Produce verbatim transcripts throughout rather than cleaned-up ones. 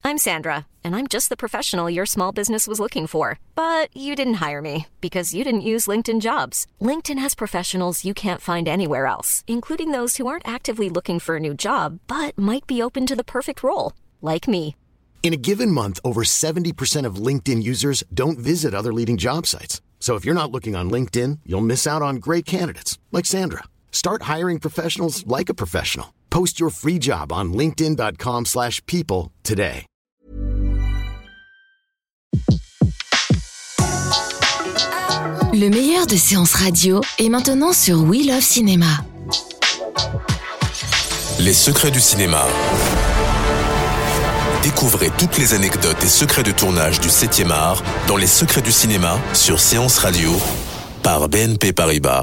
I'm Sandra, and I'm just the professional your small business was looking for. But you didn't hire me because you didn't use LinkedIn Jobs. LinkedIn has professionals you can't find anywhere else, including those who aren't actively looking for a new job, but might be open to the perfect role, like me. In a given month, over seventy percent of LinkedIn users don't visit other leading job sites. So if you're not looking on LinkedIn, you'll miss out on great candidates like Sandra. Start hiring professionals like a professional. Post your free job on linkedin dot com slash people today. Le meilleur de séances radio est maintenant sur We Love Cinéma. Les secrets du cinéma. Découvrez toutes les anecdotes et secrets de tournage du septième art dans Les Secrets du cinéma sur Séance Radio par B N P Paribas.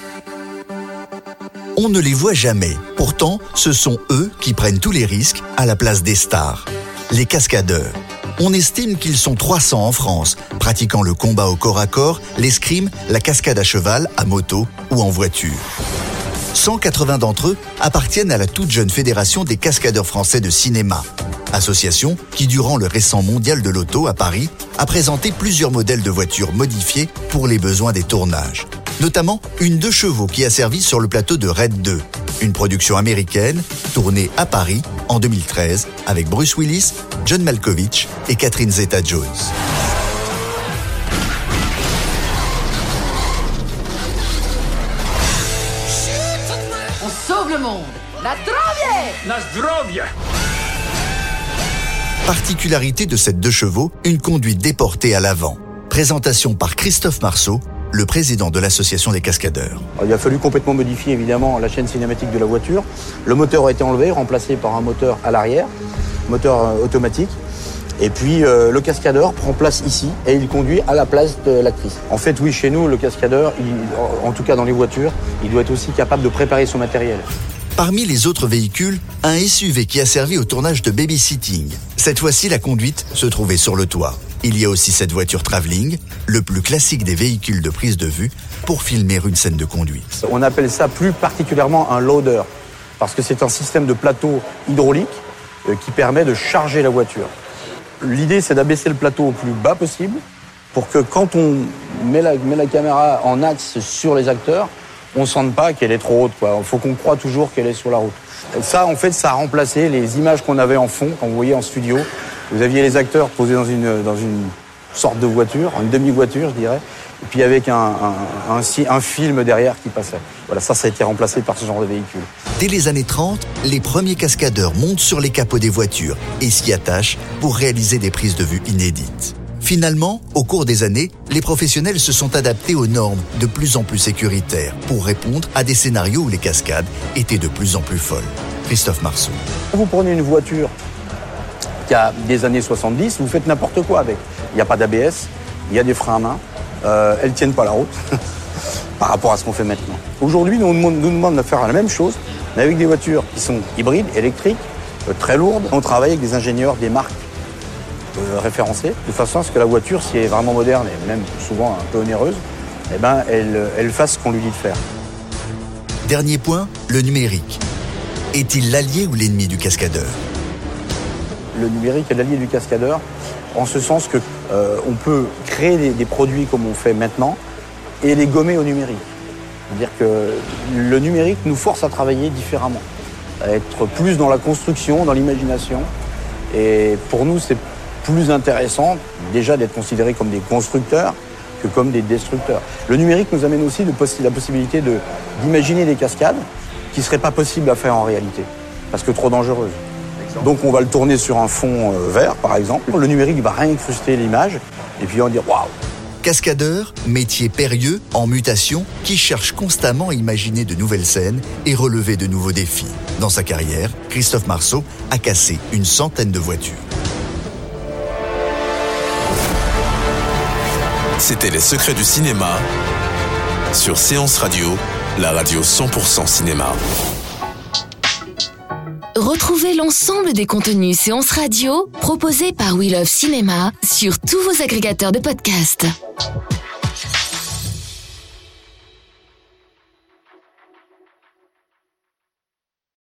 On ne les voit jamais. Pourtant, ce sont eux qui prennent tous les risques à la place des stars. Les cascadeurs. On estime qu'ils sont trois cents en France, pratiquant le combat au corps à corps, l'escrime, la cascade à cheval, à moto ou en voiture. cent quatre-vingts d'entre eux appartiennent à la toute jeune Fédération des cascadeurs français de cinéma. Association qui, durant le récent mondial de l'auto à Paris, a présenté plusieurs modèles de voitures modifiées pour les besoins des tournages. Notamment une deux chevaux qui a servi sur le plateau de Red deux, une production américaine tournée à Paris en deux mille treize avec Bruce Willis, John Malkovich et Catherine Zeta-Jones. On sauve le monde. Na zdrowie! Na zdrowie! Particularité de cette deux chevaux, une conduite déportée à l'avant. Présentation par Christophe Marceau, le président de l'association des cascadeurs. Il a fallu complètement modifier évidemment la chaîne cinématique de la voiture. Le moteur a été enlevé, remplacé par un moteur à l'arrière, moteur euh, automatique. Et puis euh, le cascadeur prend place ici et il conduit à la place de l'actrice. En fait, oui, chez nous, le cascadeur, il, en tout cas dans les voitures, il doit être aussi capable de préparer son matériel. Parmi les autres véhicules, un S U V qui a servi au tournage de Babysitting. Cette fois-ci, la conduite se trouvait sur le toit. Il y a aussi cette voiture travelling, le plus classique des véhicules de prise de vue, pour filmer une scène de conduite. On appelle ça plus particulièrement un loader, parce que c'est un système de plateau hydraulique euh, qui permet de charger la voiture. L'idée, c'est d'abaisser le plateau au plus bas possible, pour que quand on met la, met la caméra en axe sur les acteurs, on ne sente pas qu'elle est trop haute, quoi. Il faut qu'on croit toujours qu'elle est sur la route. Ça, en fait, ça a remplacé les images qu'on avait en fond, quand vous voyez en studio. Vous aviez les acteurs posés dans une, dans une sorte de voiture, une demi-voiture, je dirais, et puis avec un, un, un, un film derrière qui passait. Voilà, ça, ça a été remplacé par ce genre de véhicule. Dès les années trente, les premiers cascadeurs montent sur les capots des voitures et s'y attachent pour réaliser des prises de vue inédites. Finalement, au cours des années, les professionnels se sont adaptés aux normes de plus en plus sécuritaires pour répondre à des scénarios où les cascades étaient de plus en plus folles. Christophe Marceau. Vous prenez une voiture qui a des années soixante-dix, vous faites n'importe quoi avec. Il n'y a pas d'A B S, il y a des freins à main, euh, elles ne tiennent pas la route par rapport à ce qu'on fait maintenant. Aujourd'hui, nous, nous demandons de faire la même chose, mais avec des voitures qui sont hybrides, électriques, euh, très lourdes. On travaille avec des ingénieurs, des marques euh, référencées, de façon à ce que la voiture, si elle est vraiment moderne et même souvent un peu onéreuse, eh ben, elle, elle fasse ce qu'on lui dit de faire. Dernier point, le numérique. Est-il l'allié ou l'ennemi du cascadeur ? Le numérique est l'allié du cascadeur, en ce sens que euh, on peut créer des, des produits comme on fait maintenant et les gommer au numérique. C'est-à-dire que le numérique nous force à travailler différemment, à être plus dans la construction, dans l'imagination. Et pour nous, c'est plus intéressant déjà d'être considérés comme des constructeurs que comme des destructeurs. Le numérique nous amène aussi de poss- la possibilité de, d'imaginer des cascades qui ne seraient pas possibles à faire en réalité, parce que trop dangereuses. Donc on va le tourner sur un fond euh, vert, par exemple. Le numérique va réincruster l'image, et puis on va dire « waouh ». Cascadeur, métier périlleux, en mutation, qui cherche constamment à imaginer de nouvelles scènes et relever de nouveaux défis. Dans sa carrière, Christophe Marceau a cassé une centaine de voitures. C'était Les Secrets du cinéma sur Séance Radio, la radio cent pour cent cinéma. Retrouvez l'ensemble des contenus Séance Radio proposés par We Love Cinéma sur tous vos agrégateurs de podcasts.